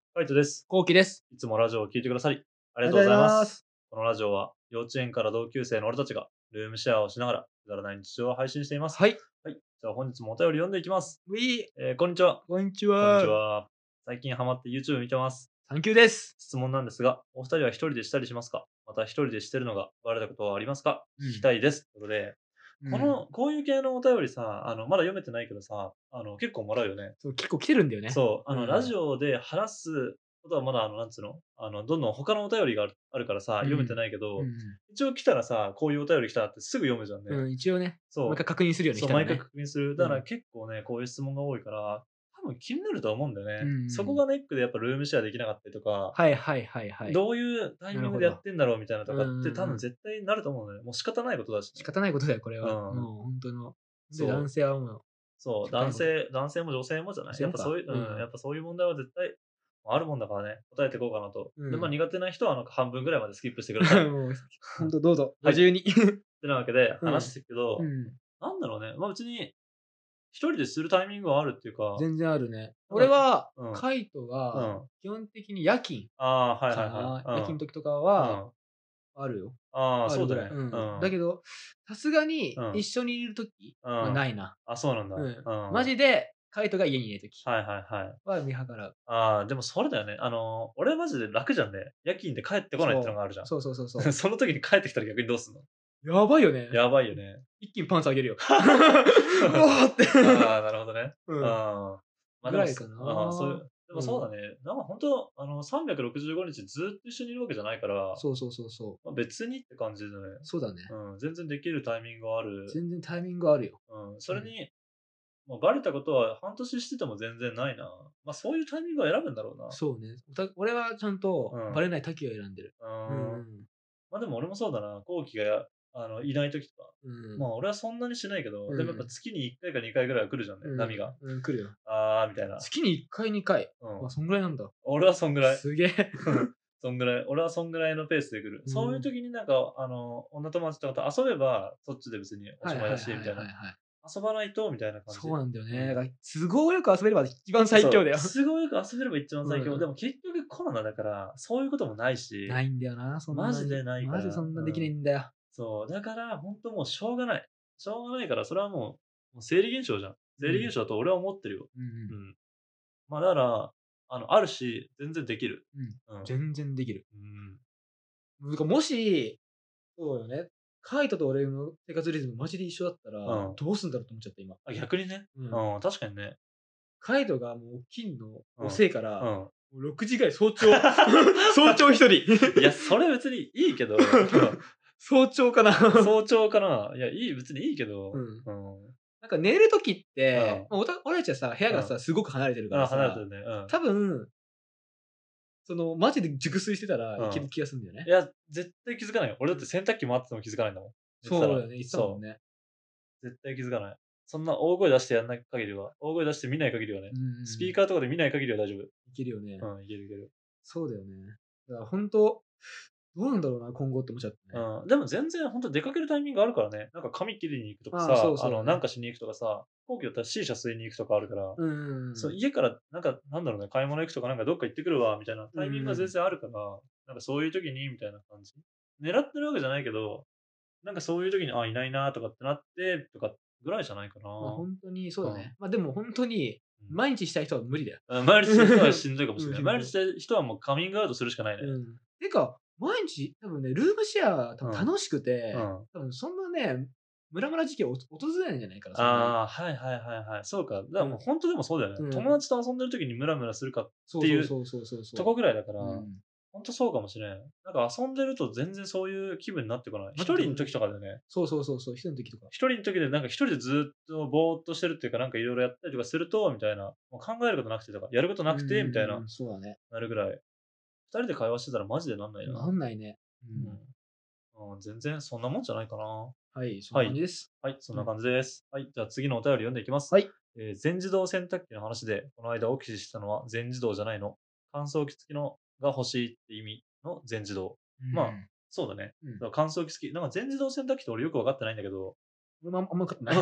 カイトです。 こうきです。 いつもラジオを聞いてくださり、ありがとうごありがとうございざいます。 ます。 このラジオは、幼稚園から同級生の俺たちが、ルームシェアをしながら、くだらない日常を配信しています。 はい。 はい。じゃあ本日もお便り読んでいきます。 ウィー、 こんにちは。 こんにちこんにちは。 は。最近ハマって YouTube 見てます。 サンキューです。 質問なんですが、お二人は一人でしたりしますか？また一人でしてるのがバレたことはありますか？聞きうん。 たいです。ということで、 うん。 こういう系のお便りさ、まだ読めてないけどさ、結構もらうよね。 そう、結構来てるんだよね。 そう、ラうん。 ジオで話すことはまだなんつうの、どんどん他のお便りがあるからさ、読めてうん。 ないけど、 うん。 一応来たらさ、こういうお便り来たってすぐ読むじゃんね。 うん、一応ね、もう一そう。 回確認するよね、 そう、毎回来たらね。 確認する。だからうん。 結構ね、こういう質問が多いから、多分気になるとは思うんだようんね。そこうん。 がネックでやっぱルームシェアできなかったりとか、 はいはいはいはい。 どういうタイミングでやっなるほど。 てんだろうみたいなとうんかってうんうん。 多分絶対なると思うのよ。もう仕方ないことだしね。 仕方ないことだよ、これは。 うん。 もうほんとの。で、男そう。 性はもうそう、 仕方ないこと。 男性も女性もじゃない。 女性もか。 やうん。 っぱそういう問題は絶対あるもんだからね、答えていこうかなと。で、まあうん。 苦手な人はなんか半分ぐらいまでスキップしてください。 もう、ほんとどうぞ、 はい。 ご自由に。 てなわけでうん。 話していくけど、 うん。 なんだろうね、まあ別に一人でするタイミングはあるっていうか、 全然あるね。 なんか俺は、 うん、 カイトは、 うん。 基本的に夜勤ああ、はいはいはい。 かな。夜勤のうん、 時とかは、 うん。 あるよ。 ああ、 あるぐらい。 そうだね。 うん。だうん、 けど、さすがに一うん、 緒にいる時うん。 はないな。 あ、そうなんだ。 うん。 うん。 マはいジで、カイトが家にいる時はいはい。 は見計らう。 ああ、でもそれだよね。俺マジで楽じゃんね。夜勤で帰ってこないってのがあるじゃん。 そうそうそうそその時に帰ってきたら逆にどうすんの？ う。やばいよね。 やばいよね。 一気にパンツあげるよ。うおーって。 ああ、なるほどね。 うん。 ああ。ま、でも、 ぐらいかな。 そういう、でもうん。 そうだね。なんかほんと、365日ずっと一緒にいるわけじゃないから、 そうそうそうそう。 ま、別にって感じだね。 そうだね。 うん、全然できるタイミングはある。 全然タイミングあるよ。 うん、そうん。 れに、ま、バレたことは半年してても全然ないな。ま、そういうタイミングを選ぶんだろうな。 そうね。俺はちゃんとうん。 バレない時を選んでる。 ううんーん。 うん。 ま、でも俺もそうだな、後期がいない時とか、 うん。 まあ、俺はそんなにしないけど、でもやっぱうん。 月に1回か2回ぐらいは来るじゃんね、 うん。 波が。 うん、来るよ。 ああ、みたいな。 月に1回、2回。ま、 うん。 そんぐらいなんだ。 俺はそんぐらい。 すげえ。 そんぐらい。俺はそんぐらいのペースで来る。 うそういうん。 時になんか、女友達とかと遊べば、そっちで別におはいしまいだし、みはいはいたいな。 はいはい。 遊ばないとみたいな感じ。 そうなんだよね。だうん。 から都合よく遊べれば一番最強だよ。 そう、都合よく遊べれば一番最強。でうん。 も結局コロナだから、そういうこともないし、 ないんだよな、そんマジでなに。マジそないから、 んなできなうん。 いんだよ。 そう、だからほんともうしょうがない。しょうがないから、それはもう生理現象じゃん。生理現うん。 象だと俺は思ってるよ。 うんうん。 うん。ま、だから、あるし、全然できる。 うん。 うん。 全然できる。 うん。 もし、そうよね、カイトと俺の生活リズムマジで一緒だったら、 うん。 どうすんだろうと思っちゃった、今。 あ、逆にね。 うん。 うん、確かにね。 カイトがもう起きんのうん。 遅いから、 うん。 もう6時ぐらい早朝早朝一人。 いや、それ別にいいけど、 早朝かな。 早朝かな。いや、別にいいけど、 うん。 うん。 なんか寝る時っうん。 て、俺たちはさ、部屋うん。 がさ、すごく離れてるかあ、 らさ、 離れてるね。うん。 多分、マジで熟睡してたらうん。 いける気がするんだよね。 いや、絶対気づかないよ。俺だってうん。 洗濯機回ってても気づかないんだもん。寝てたら。 そうだよね、言ってたもんそね。 う、絶対気づかない。そんな大声出してやんない限りは、大声出して見ない限りはね、 うんうんスピーうん。 カーとかで見ない限りは大丈夫。 いけるよね。 うん、いけるいける。 そうだよね。だからほんと、どうなんだろうな、今後って思っちゃったね。 うん、でも全然ほんと出かけるタイミングあるからね。なんか髪切りに行くとかああ、そさ、 うそうだね。 なんかしに行くとかさ、後期だったら C 社吸いに行くとかあるから、 うんうんうそう、 ん。 家からなんか、なんだろうね、買い物行くとかなんかどっか行ってくるわみたいなうんタイミングが全うん。 然あるから、なんかそういう時にみたいな感じ。狙ってるわけじゃないけど、なんかそういう時に、あ、いないなとかってなってとかぐらいじゃないかな。 ま、ほんとにそうだうん。 ね。ま、でもほんとに、 うん。 毎日したい人は無理だよ。 毎日した人はしんどいかもしれうん、 ない。 しんどい。 毎日した人はもうカミングアウトするしかないね。 うん。てか、毎日多分ね、ルームシェア多うん。 分楽しくて、 うん。 多分そんなね、ムラムラ時期訪れないんじゃないかな、そんなに。 ああ、はいはいはいはい。そうか。だからもううん。 ほんとでもそうだよね。 うん。 友達と遊んでる時にムラムラするかっそうていうそうそうそうそうとこそぐらいだから、 う。うん。 ほんとそうかもしれん。なんか遊んでると全然そういう気分になってこない。 なってこない。 一人の時とかでね、 そうそうそうそう、一人の時とか。 一人の時でなんか一人でずっとぼーっとしてるっていうか、なんか色々やったりとかすると、みたいな、もう考えることなくてとか、やることうんうんなくてみたいな、 うんうん、そうだね。 なるぐらい。二人で会話してたらマジでなんないな。 なんないね。ううん。 ん。うん、全然そんなもんじゃないかな。 はい、そんなはい。 感じです。 はい、そんなうん。 感じです。はい、じゃあ次のお便り読んでいきます。 はい。 全自動洗濯機の話で、この間オキシしたのは全自動じゃないの。乾燥機付きのが欲しいって意味の全自動。まあ、 うん。 そうだね。 うん。 だから乾燥機付き。なんか全自動洗濯機って俺よくわかってないんだけど、 俺もあんま分かってない。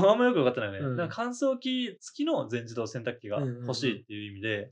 あんまよくわかってないよね。 うん。 なんか乾燥機付きの全自動洗濯機がうんうんうん。 欲しいっていう意味で、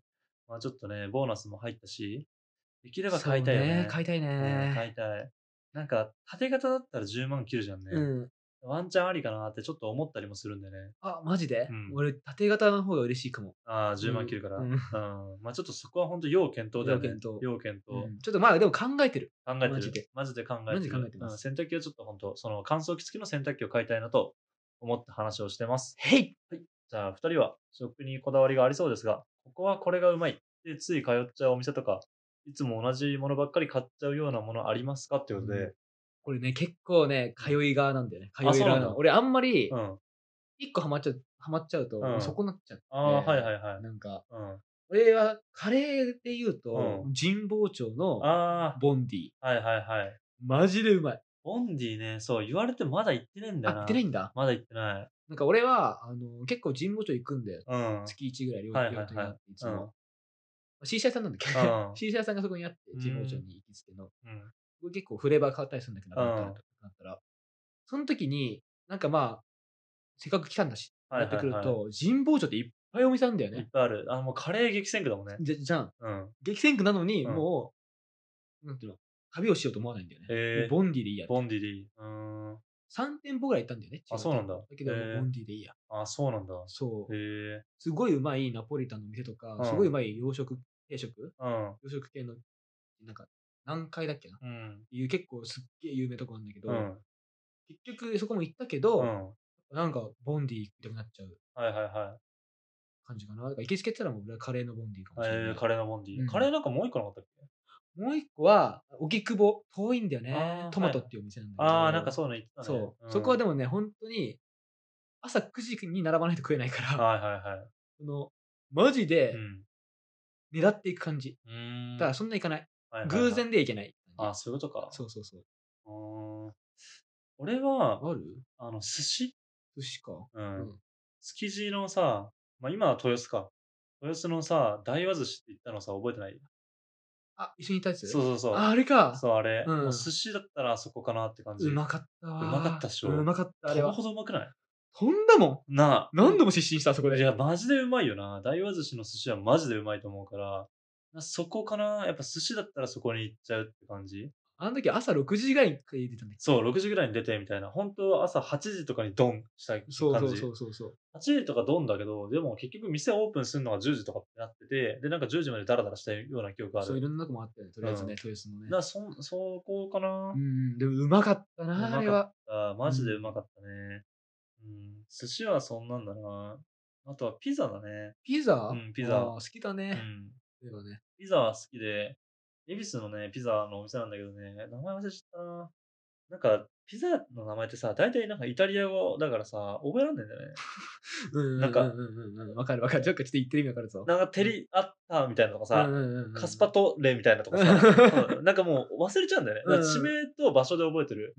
まあちょっとね、ボーナスも入ったし、できれば買いそうね、 たいよね。 買いたいね、買ね。 いたい。なんか、縦型だったら10万切るじゃんね。 うん。 ワンチャンありかなってちょっと思ったりもするんでね。 あ、マジで？ うん。 俺、縦型の方が嬉しいかも。 ああ、10万うん、 切るから。 うん。 うん。まあちょっとそこはほんと要検討だよね。 要検討。 要検討。 うん。ちょっとまあ、でも考えてる。 考えてる。 マジで。 マジで考えマジてる。うん、 で考えてます。 洗濯機はちょっとほんと、その乾燥機付きの洗濯機を買いたいなと思って話をしてます。 へい！ はい。じゃあ2人は食にこだわりがありそうですが、ここはこれがうまいってつい通っちゃうお店とか、いつも同じものばっかり買っちゃうようなものありますかってうん。 ことで。 これね、結構ね、 うん。 通い側なんだよね。通あ、そうなんだ。 い側なの。俺あんまり、 うん。 1個ハマっちゃうと、もうそうん。 こなっちゃっああ、はいはて、 いはい。 なんか、 うん。 俺はカレーで言うと、 うん。 神保町のあボンディ。 あ、はいはいはい。 マジでうまい。 ボンディね、そう、言われてもまだ行ってねえんだあ、 よな。 行ってないんだ。 まだ行ってない。 なんか俺は、結構神保町行くんだよ。 うん。はい月1ぐらいはい料亭があって、 はい。 いつも。 うん。 シーシャ屋さんなんだっけ？ うん。 シーシャ屋さんがそこにあって、 う神保町ーん。 に行きつけの。 うん。 これ結構フレーバー変わったりするんだけど、なうん。 くなったらとかなったら。その時に、なんかまあ、せっかく来たんだし、 はなっていはいはくると、神保町っていっぱいお店あんだよい。いっね。 ぱいある。あ、もうカレー激戦区だもんね。 じゃん。 うん。 激戦区なのに、 うん。 もう、なんていうの、旅をしようと思わないんだよね。もうへえ、 ボンディでいいやみたいな。 ボンディでいい。うーん。 3店舗ぐらい行ったんだよね、違あ、そうなんだ。 う店舗。だけどもうボへえ。 ンディでいいや。 あ、そうなんだ。 そう。 へえ。 すごいうまいナポリタンの店とか、 うん。 すごいうまい洋食定食うん。 洋食系の、なんか、何階だっけなっうん。 ていう結構すっげえ有名なとこなんだけど、 うん。 結局そこも行ったけど、 うん。 なんかボンディ行きたくなっちゃうはいはいは感じかな。だから行きつけって言ったらもう俺はカレーのボンディかもい。 しれない。 カレーのボンディ。カレうん。 ーなんかもう一個なかったっけ？ もう一個は、荻窪。遠いんだよあね。 あ、はい。 トマトっていうお店なんだけああ、なんかど、 そういうの言ってたね。 そう。 うん。 そこはでもね、ほんとに、朝9時に並ばないと食えないから、 はいはいはい。 その、マジでうん。 狙っていく感じ。 うーん。 ただそんな行かない。 はいはいはい。 偶然で行けない感ああ、 じ。 そういうことか。 そうそうそう。 うーん。俺は、 ある？ 寿司寿司か。 うん。 うん。 築地のさ、ま、今は豊洲か。豊洲のさ、大和寿司って言ったのさ、覚えてない？ あ、一緒に行ったやつ？ そうそうそあ、あれう。 か。 そう、あれ。もううん。 寿司だったらあそこかなって感じ。 うまかったうまかっわ。うん、うたっしょ。 まかった、あれは。 飛ぶほどうまくない？ 飛んだもなあ、 ん。何度も失神した、あそこで。 いや、マジでうまいよな。大和寿司の寿司はマジでうまいと思うから、そこかな。やっぱ寿司だったらそこに行っちゃうって感じ。 あの時朝6時ぐらいに出たんだっそう、 け？ 6時ぐらいに出てみたいな。本当は朝8時とかにドンしたそうそうそ感じ。 うそうそう。 8時とかドンだけど、でも結局店オープンするのが10時とかってなってて、で、なんか10時までダラダラしたような記憶があそう、いる。 ろんなとこもあったよね、とりあえずね、 うん。 豊洲のね。 そこかな。 うん、でもうまかったな、あうまかっれは。 た。マジでううん。 まかったね。うん。寿司はそんなんだな。あとはピザだね。 ピザ？ うん、ピああ、 ザ。 好きだね。 うん。 そういえばね。 ピザは好きで、恵比寿のね、ピザのお店なんだけどね、名前忘れちゃったな。なんか、ピザの名前ってさ、大体なんかイタリア語だからさ、覚えらんねんだよね。 うんうんうんなんかうんうんうん。わかるわかる。ちょっと言ってる意味わかるぞ。 なんかうん。 テリアッタみたいなのとかさ、 うんうんうんうんカスパトレみたいなとかうん。 さ、なんかもう忘れちゃうんだよね。だから地うんうん。 名と場所で覚えてる。 うん。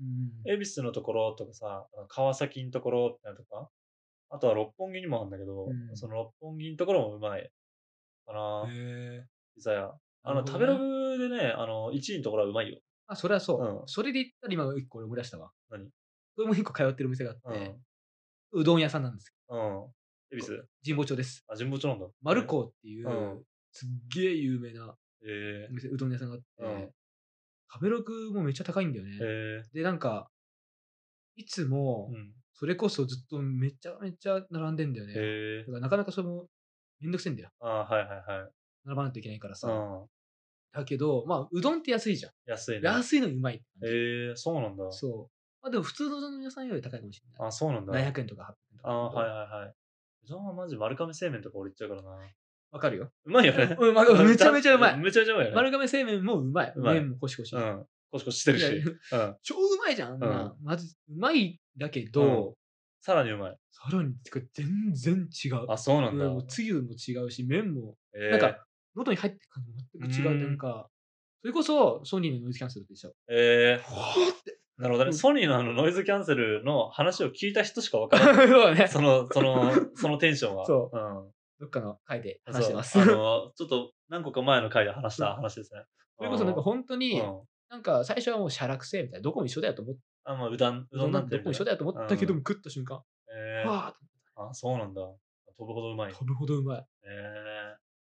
恵比寿のところとかさ、川崎のところみたいなとか、あとは六本木にもあるんだけど、 うん。 その六本木のところもうまいかへな、 え。 ピザ屋。 なるほ食べロどね。 グでね、1位のところはうまいよ。 あ、それはそう。 うん。 それで言ったら今1個俺思い出したわ。 何？ これも1個通ってるお店があって、 うん。 うどん屋さんなんですうん。恵比よ。 寿？ 神保町です。 あ、神保町なんだ。 マルコーっていうん。 う、すっげえ有名なええ。 うどん屋さんがあっうん。 て、食べログもめっちゃ高いんだよね。 ええ。 で、なんか、いつも、 うん。 それこそずっとめちゃめちゃ並んでんだよね。だかへえ。 らなかなかめんどくせえんだよ。 ああ、はいはいはい。 並ばないといけないからさ。 うん。 だけど、まあ、うどんって安いじゃん。 安いね。 安いのにうまいって感じ。 ええ、そうなんだ。 そう。ま、でも普通のうどん屋さんより高いかもしれない。 あ、そうなんだ。 700円とか800円とああ、はいかだけど。 はいはい。うどんはマジ丸亀製麺とか俺行っちゃうからな。 わかるよ。 うまいよね。 うん、めちゃめちゃうまい。 めちゃめちゃうまいよね。 丸亀製麺もうまい。 うまい。 麺もコシコシ。 うん。コシコシしてるいや、 し。うん。 超うまいじゃん、あんうん。 なん。まず、うまいだけうん。 ど、 さらにうまい。 さらに、てか全然違う。 あ、そうなんだ。 うん、もうつゆも違うし、麺も、なんええ。 か、喉に入ってく感じもう全く違う。 ーん。 それこそ、ソニーのノイズキャンセルと一緒。 ええ。 ふわって。 なるほどね。 うん。 ソニーのノイズキャンセルの話を聞いた人しかわからん。 そうだね。 そのテンションは。 そう。 うん。 どっかの回で話してそう、 ます。 ちょっと何個か前の回で話したそう。 話ですね。 それこそなんかほんとに、 うん。 なんか最初はもうしゃらくせえみたいな、どこも一緒だよと思っあ、まあ、うどんうどんなんてなんてみたいな。 どこも一緒だよと思ったけども、 うん。 食った瞬間、 ええ。 はあ、 あ、そうなんだ。飛ぶほどうまい。 飛ぶほどうまい。 ええ。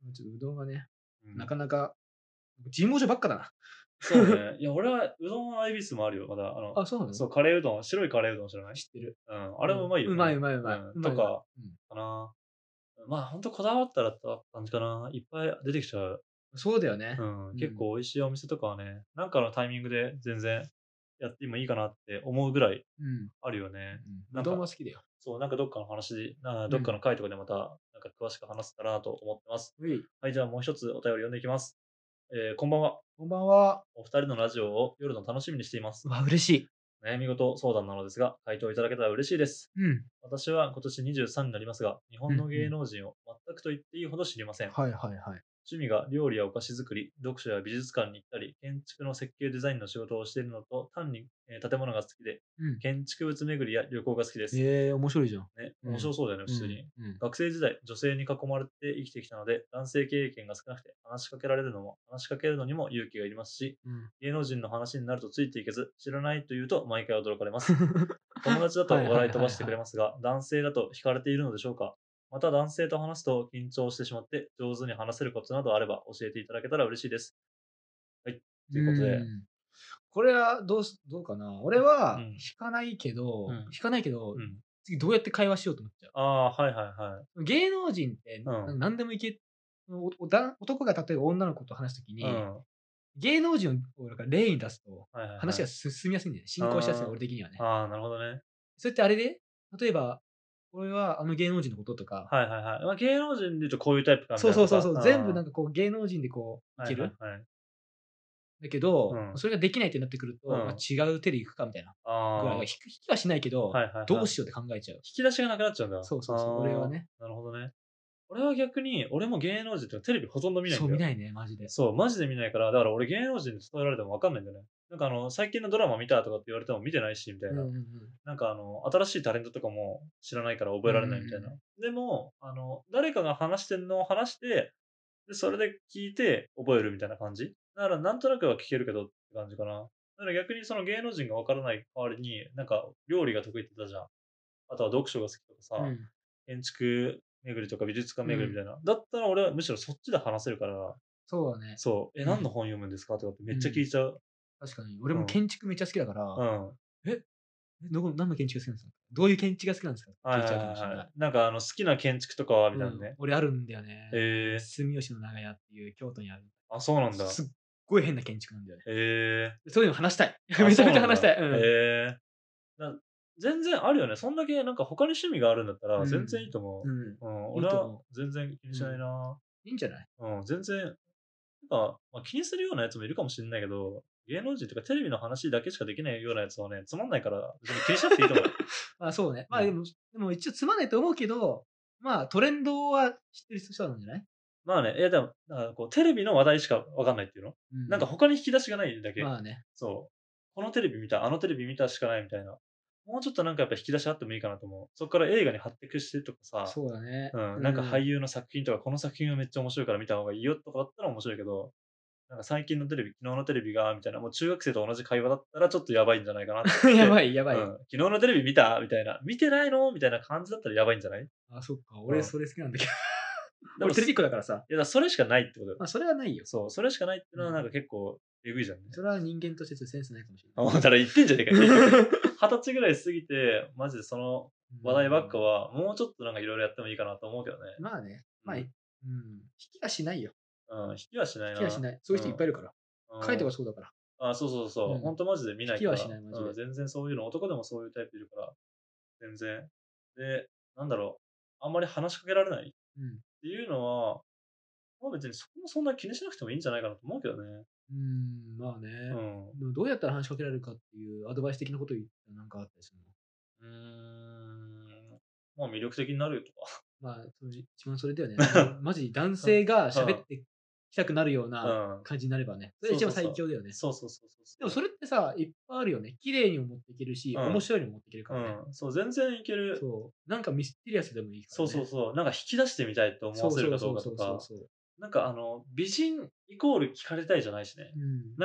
ちょっとうどんはね、 うん。 なかなか、神保町ばっかだな。 そうね。いや、俺はうどんは恵比寿もあるよ、まだ。 あ、そうなの？ そう、カレーうどん、白いカレーうどん知らない？ 知ってる。 うん、あれもううん。 まいよね。 うまいうまいうまい。 うん、 うまいうまい。 とか、 うん。 かな。まあ、ほんとこだわったらって感じかな。いっぱい出てきちゃう。 そうだよね。 うん、 うん。 結構美味しいお店とかはね、なんかのタイミングで全然やってもいいかなって思うぐらいうん。 あるよね。 うん。うどんなんか、 は好きだよ。 そう、なんかどっかの話、 うん。 どっかの回とかでまた、なんか詳しく話せたらなと思ってます。 うい。 はい、じゃあもう一つお便り読んでいきます。こんばんは。 こんばんは。 お二人のラジオを夜の楽しみにしています。 うわ、嬉しい。 悩み事相談なのですが、回答いただけたら嬉しいです。 うん。 私は今年23になりますが、日本の芸うんうん。 能人を全くと言っていいほど知りません。 はいはいはい。 趣味が料理やお菓子作り、読書や美術館に行ったり、建築の設計デザインの仕事をしているのと、単に、建物が好きで、 うん。 建築物巡りや旅行が好きです。 ええ、面白いじゃん。 ね、面うん。 白そうだよね、普うん。 通に。 うん。 学生時代、女性に囲まれて生きてきたので、男性経験が少なくて話しかけるのにも勇気がいりますし、 うん。 芸能人の話になるとついていけず、知らないと言うと毎回驚かれます。友達だとはいはい笑い飛ばしてくはいはい。 れますが、男性だと惹かれているのでしょうか？また男性と話すと緊張してしまって上手に話せるコツなどあれば教えていただけたら嬉しいです。はい。 うということで、 ーん。これはどうかな。俺はうん、うん、 引かないけど、 うん。 次どうやって会話しようと思っちゃう。 ああ、はいはいはい。 芸能人って、 うん、 なんでもいけ男が例えば女の子と話すときに、 うん。 芸能人をなんか例に出すと、 はいはいはい。 話が進みやすいんだよね。進行しやすい、 あ俺的にはね。 あ、ああ、なるほどね。 それってあれで、例えば、俺はあの芸能人のこととか、 はいはいはい。まあ、芸能人で言うとこういうタイプかみたいなとか、 そうそうそうそう、全部なんかこう芸能人でこういはいはいける。 はい。 だけど、 うん、 それができないってなってくると、 うん。 違う手で行くかみたいなぐらいが、 ああ、 引きはしないけど、 はいはいはい。 どうしようって考えちゃう。 引き出しがなくなっちゃうんだ。あそうそうそう、俺はあ、 ね。 なるほどね。俺は逆に、俺も芸能人ってテレビほとんど見ないんそう、 だよ。 見ないね、マジで。 そう、マジで見ないから、だから俺芸能人に伝えられてもわかんないんだよね。なんか最近のドラマ見たとかって言われても見てないし、みたいな。 うんうんうん。 なんか新しいタレントとかも知らないから覚えらうんうんうれないみたいな。 ん。 でも、誰かが話してんのを話して、で、それで聞いて覚えるみたいな感じ。だからなんとなくは聞けるけどって感じかな。だから逆にその芸能人がわからない代わりに、なんか料理が得意って言ったじゃん。あとは読書が好きとかさ、 うん。 建築巡りとか美術館うん。 巡りみたいな。だったら俺はむしろそっちで話せるから、 そうだね。 そう、何のうん。 本読むんですかとかってめっちゃ聞うん。 いちゃう。 確かに。俺うん。 も建築めっちゃ好きだから、 うん。 え、何の建築が好きなんですか？どういう建築が好きなんですか？ってはいはい聞いちゃうかもしれない。 はいはい。なんか好きな建築とかはみうん。 たいなね。 俺あるんだよね。 へえ。 住吉の長屋っていう京都にある。 あ、そうなんだ。 すっごい変な建築なんだよね。 へえ。 そういうの話したい。 あ、 めちゃそうなんだ。 めちゃ話したい。うん。 へえ。な全然あるよね。そんだけなんか他に趣味があるんだったら全然いいうん。 と思うん。 う。うん、俺はいいと思全然気にう。うしないん。 な。 いいんじゃない？ うん、全然、なんか、まあ、気にするようなやつもいるかもしれないけど、芸能人とかテレビの話だけしかできないようなやつはね、つまんないから、別に気にしなくていいと思う。 あ、そうね。まあ、 うん。 でも一応つまんないと思うけど、まあ、トレンドは知ってる人なんじゃない？ まあね、でも、だからこうテレビの話題しかわかんないっていうの？なんかうん。 他に引き出しがないだけ。 まあね。 そう。このテレビ見た、あのテレビ見たしかないみたいな。もうちょっとなんかやっぱ引き出しあってもいいかなと思う。そっから映画に発展してとかさ、 そうだね。 うん、なんかうん。 俳優の作品とか、この作品がめっちゃ面白いから見た方がいいよとかだったら面白いけど、なんか最近のテレビ、昨日のテレビがみたいな、もう中学生と同じ会話だったらちょっとやばいんじゃないかなっやばて。 いやばい。 うん。昨日のテレビ見た？みたいな。見てないの？みたいな感じだったらやばいんじゃない？ あ、そっか。 うん。 俺それ好きなんだけど。 でも、 俺テレビっ子だからさ。 いや、それしかないってことよ。 まあ、それはないよ。 そう、それしかないっていうのはなんうん。 か結構えぐいじゃんね。 それは人間としてちょっとセンスないかもしれあ、だから言ってんじゃねえかよ、結局。 ない。 20歳ぐらい過ぎて、マジでそのう話題ばっかん。 は、もうちょっとなんか色々やってもいいかなと思うけどね。 まあね。まあ、 うん。 引きはしないよ。 うん、引きはしないな。 引きはしない。そういう人いっうん。 ぱいいるから。カイトうん。 がそうだから。 あ、そうそうそう。ほうん。 んとマジで見ないから。 引きはしない、マジうん、 で。 全然そういうの、男でもそういうタイプいるから、全然。で、なんだろう、あんまり話しかけられないっうん。 ていうのは、まあ別にそんな気にしなくてもいいんじゃないかなと思うけどね。 まあね。 うん。 でもどうやったら話しかけられるかっていうアドバイス的なこと言ったらなんかあったりするの？ うーん。まあ魅力的になるとか。 まあ、一番それだよね。マジ男性がうん。 喋ってきたくなるよううなん。 感じになればね、それが一番そうそうそう。 最強だよね。 そうそうそうそうでもそそれってさ、いっぱいあるよね。綺麗にも持っていけるし、 う。う面ん。 白いにも持っていけるからね。 うん。そう、全然いける。 そう。なんかミステリアスでもいいかそうそうらね。 そう。なんか引き出してみたいって思わそうせるかどうそうそうそうそうかとか、 そう。 なんか美人イコール聞かれたいじゃないしね。 うん。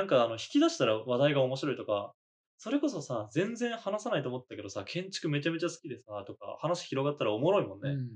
なんか引き出したら話題が面白いとか、それこそさ、全然話さないと思ったけどさ、建築めちゃめちゃ好きでさ、とか、話広がったらおもろいもんね。 うん。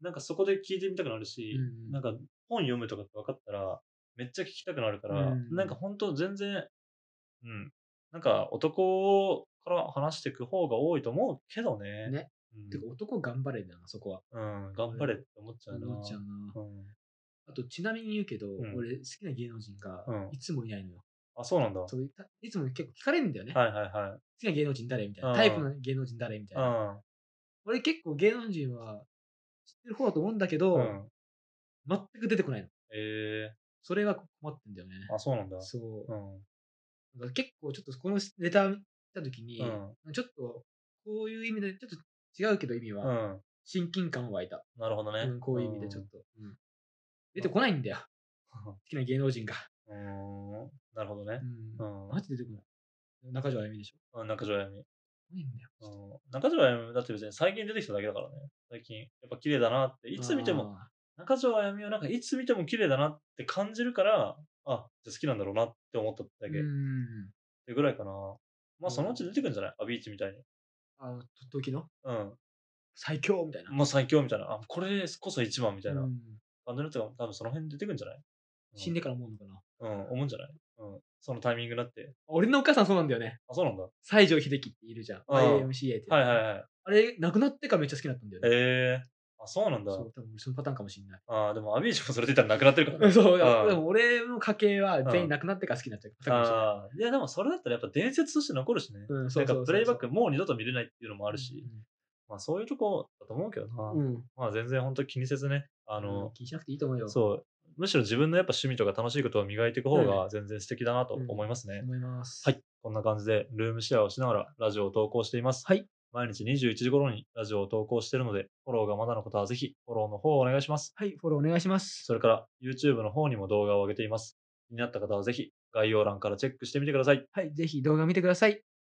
なんかそこで聞いてみたくなるうんし、 うん。 なんか本読むとかって分かったら、めっちゃ聞きたくなるかうんうら、なんかん。 ほんと全然、うん、なんか男から話してく方が多いと思うけどね。 ね。てか、 うん。 男頑張れだよな、そこは。 うん、頑張れっ俺はて思っちゃう思っちゃうな。 な。 うん。 あと、ちなみに言うけど、 うん。 俺好きな芸能人がうん。 いつもいないのよ。 あ、そうなんだ。はそう、いつも結構聞かれるんだよね。 いはいはい。 好きな芸能人誰みたいな。タイプうん。 の芸能人誰みたいな。 うん。 俺結構芸能人は知ってる方だと思うんだけど、 うん。 全く出てこないの。 ええ、 それは困ってんだよね。 あ、そうなんだ。 そうん。 う。だから結構ちょっとこのレター見た時に、 うん。 ちょっとこういう意味でちょっと違うけど意味は、 うん。 親近感湧いた。 なるほどね。 うん、こうういう意味でちょっん。 と。うん。出てこないんだよ。好きな芸能人が。 うーん、なるほどね。 うん。 うん。 マジで出てこない。中条あやみでしょ。 うん、中条あやみ。 ないんだよ。 うん。中条あやみだって別に最近出てきただけだからね。最近。やっぱ綺麗だなって、いつ見ても、 ああ。 中条あやみはなんかいつ見ても綺麗だなって感じるから、あ、じゃあ好きなんだろうなって思っただうけ。っん。 てぐらいかな。まあそのうちもう、 出てくんじゃない？アビーチみたいに。 とっておきのうん。 最強みたいな。 もう最強みたいな。あ、これこそ一番みたいなうん。 感じのやつが多分その辺に出てくんじゃない？ 死んでから思うのかな。 うん、思うんじゃない？うん。そのタイミングになって。 俺のお母さんそうなんだよね。 あ、そうなんだ。 西城秀樹っているじゃん。 うん。はい YMCA ってやつ。 はいはい。 あれ、亡くなってからめっちゃ好きになったんだよね。 ええ。あ、そうなんだ。 そう、多分俺そのパターンかもしんない。 ああ、でもアビーチもそれで言ったらなくなってるからうん、 ね。 そう、でうん。 も俺の家系はうん。 全員亡くなってから好きになっちゃうパターンかもしれない。 ああ、いやでもそれだったらやっぱ伝説として残るしね。 うん、そうなんかそうそうそう。 プレイバックもう二度と見れないっていうのもあうんるし、まあそういうとこだと思うけどな。 うん。うん。 まあ全然ほんと気にせずね、 うん、気にしなくていいと思うよ。 そう、むしろ自分のやっぱ趣味とか楽しいことを磨いていく方うん。 が全然素敵だなとうん。 思いますね。 思います。 はい、こんな感じでルームシェアをしながらラジオを投稿しています。 はい。 毎日21時頃にラジオを投稿しているので、フォローがまだの方はぜひフォローの方をお願いします。 はい、フォローお願いします。 それから YouTube の方にも動画を上げています。気になった方はぜひ概要欄からチェックしてみてください。 はい、ぜひ動画見てください。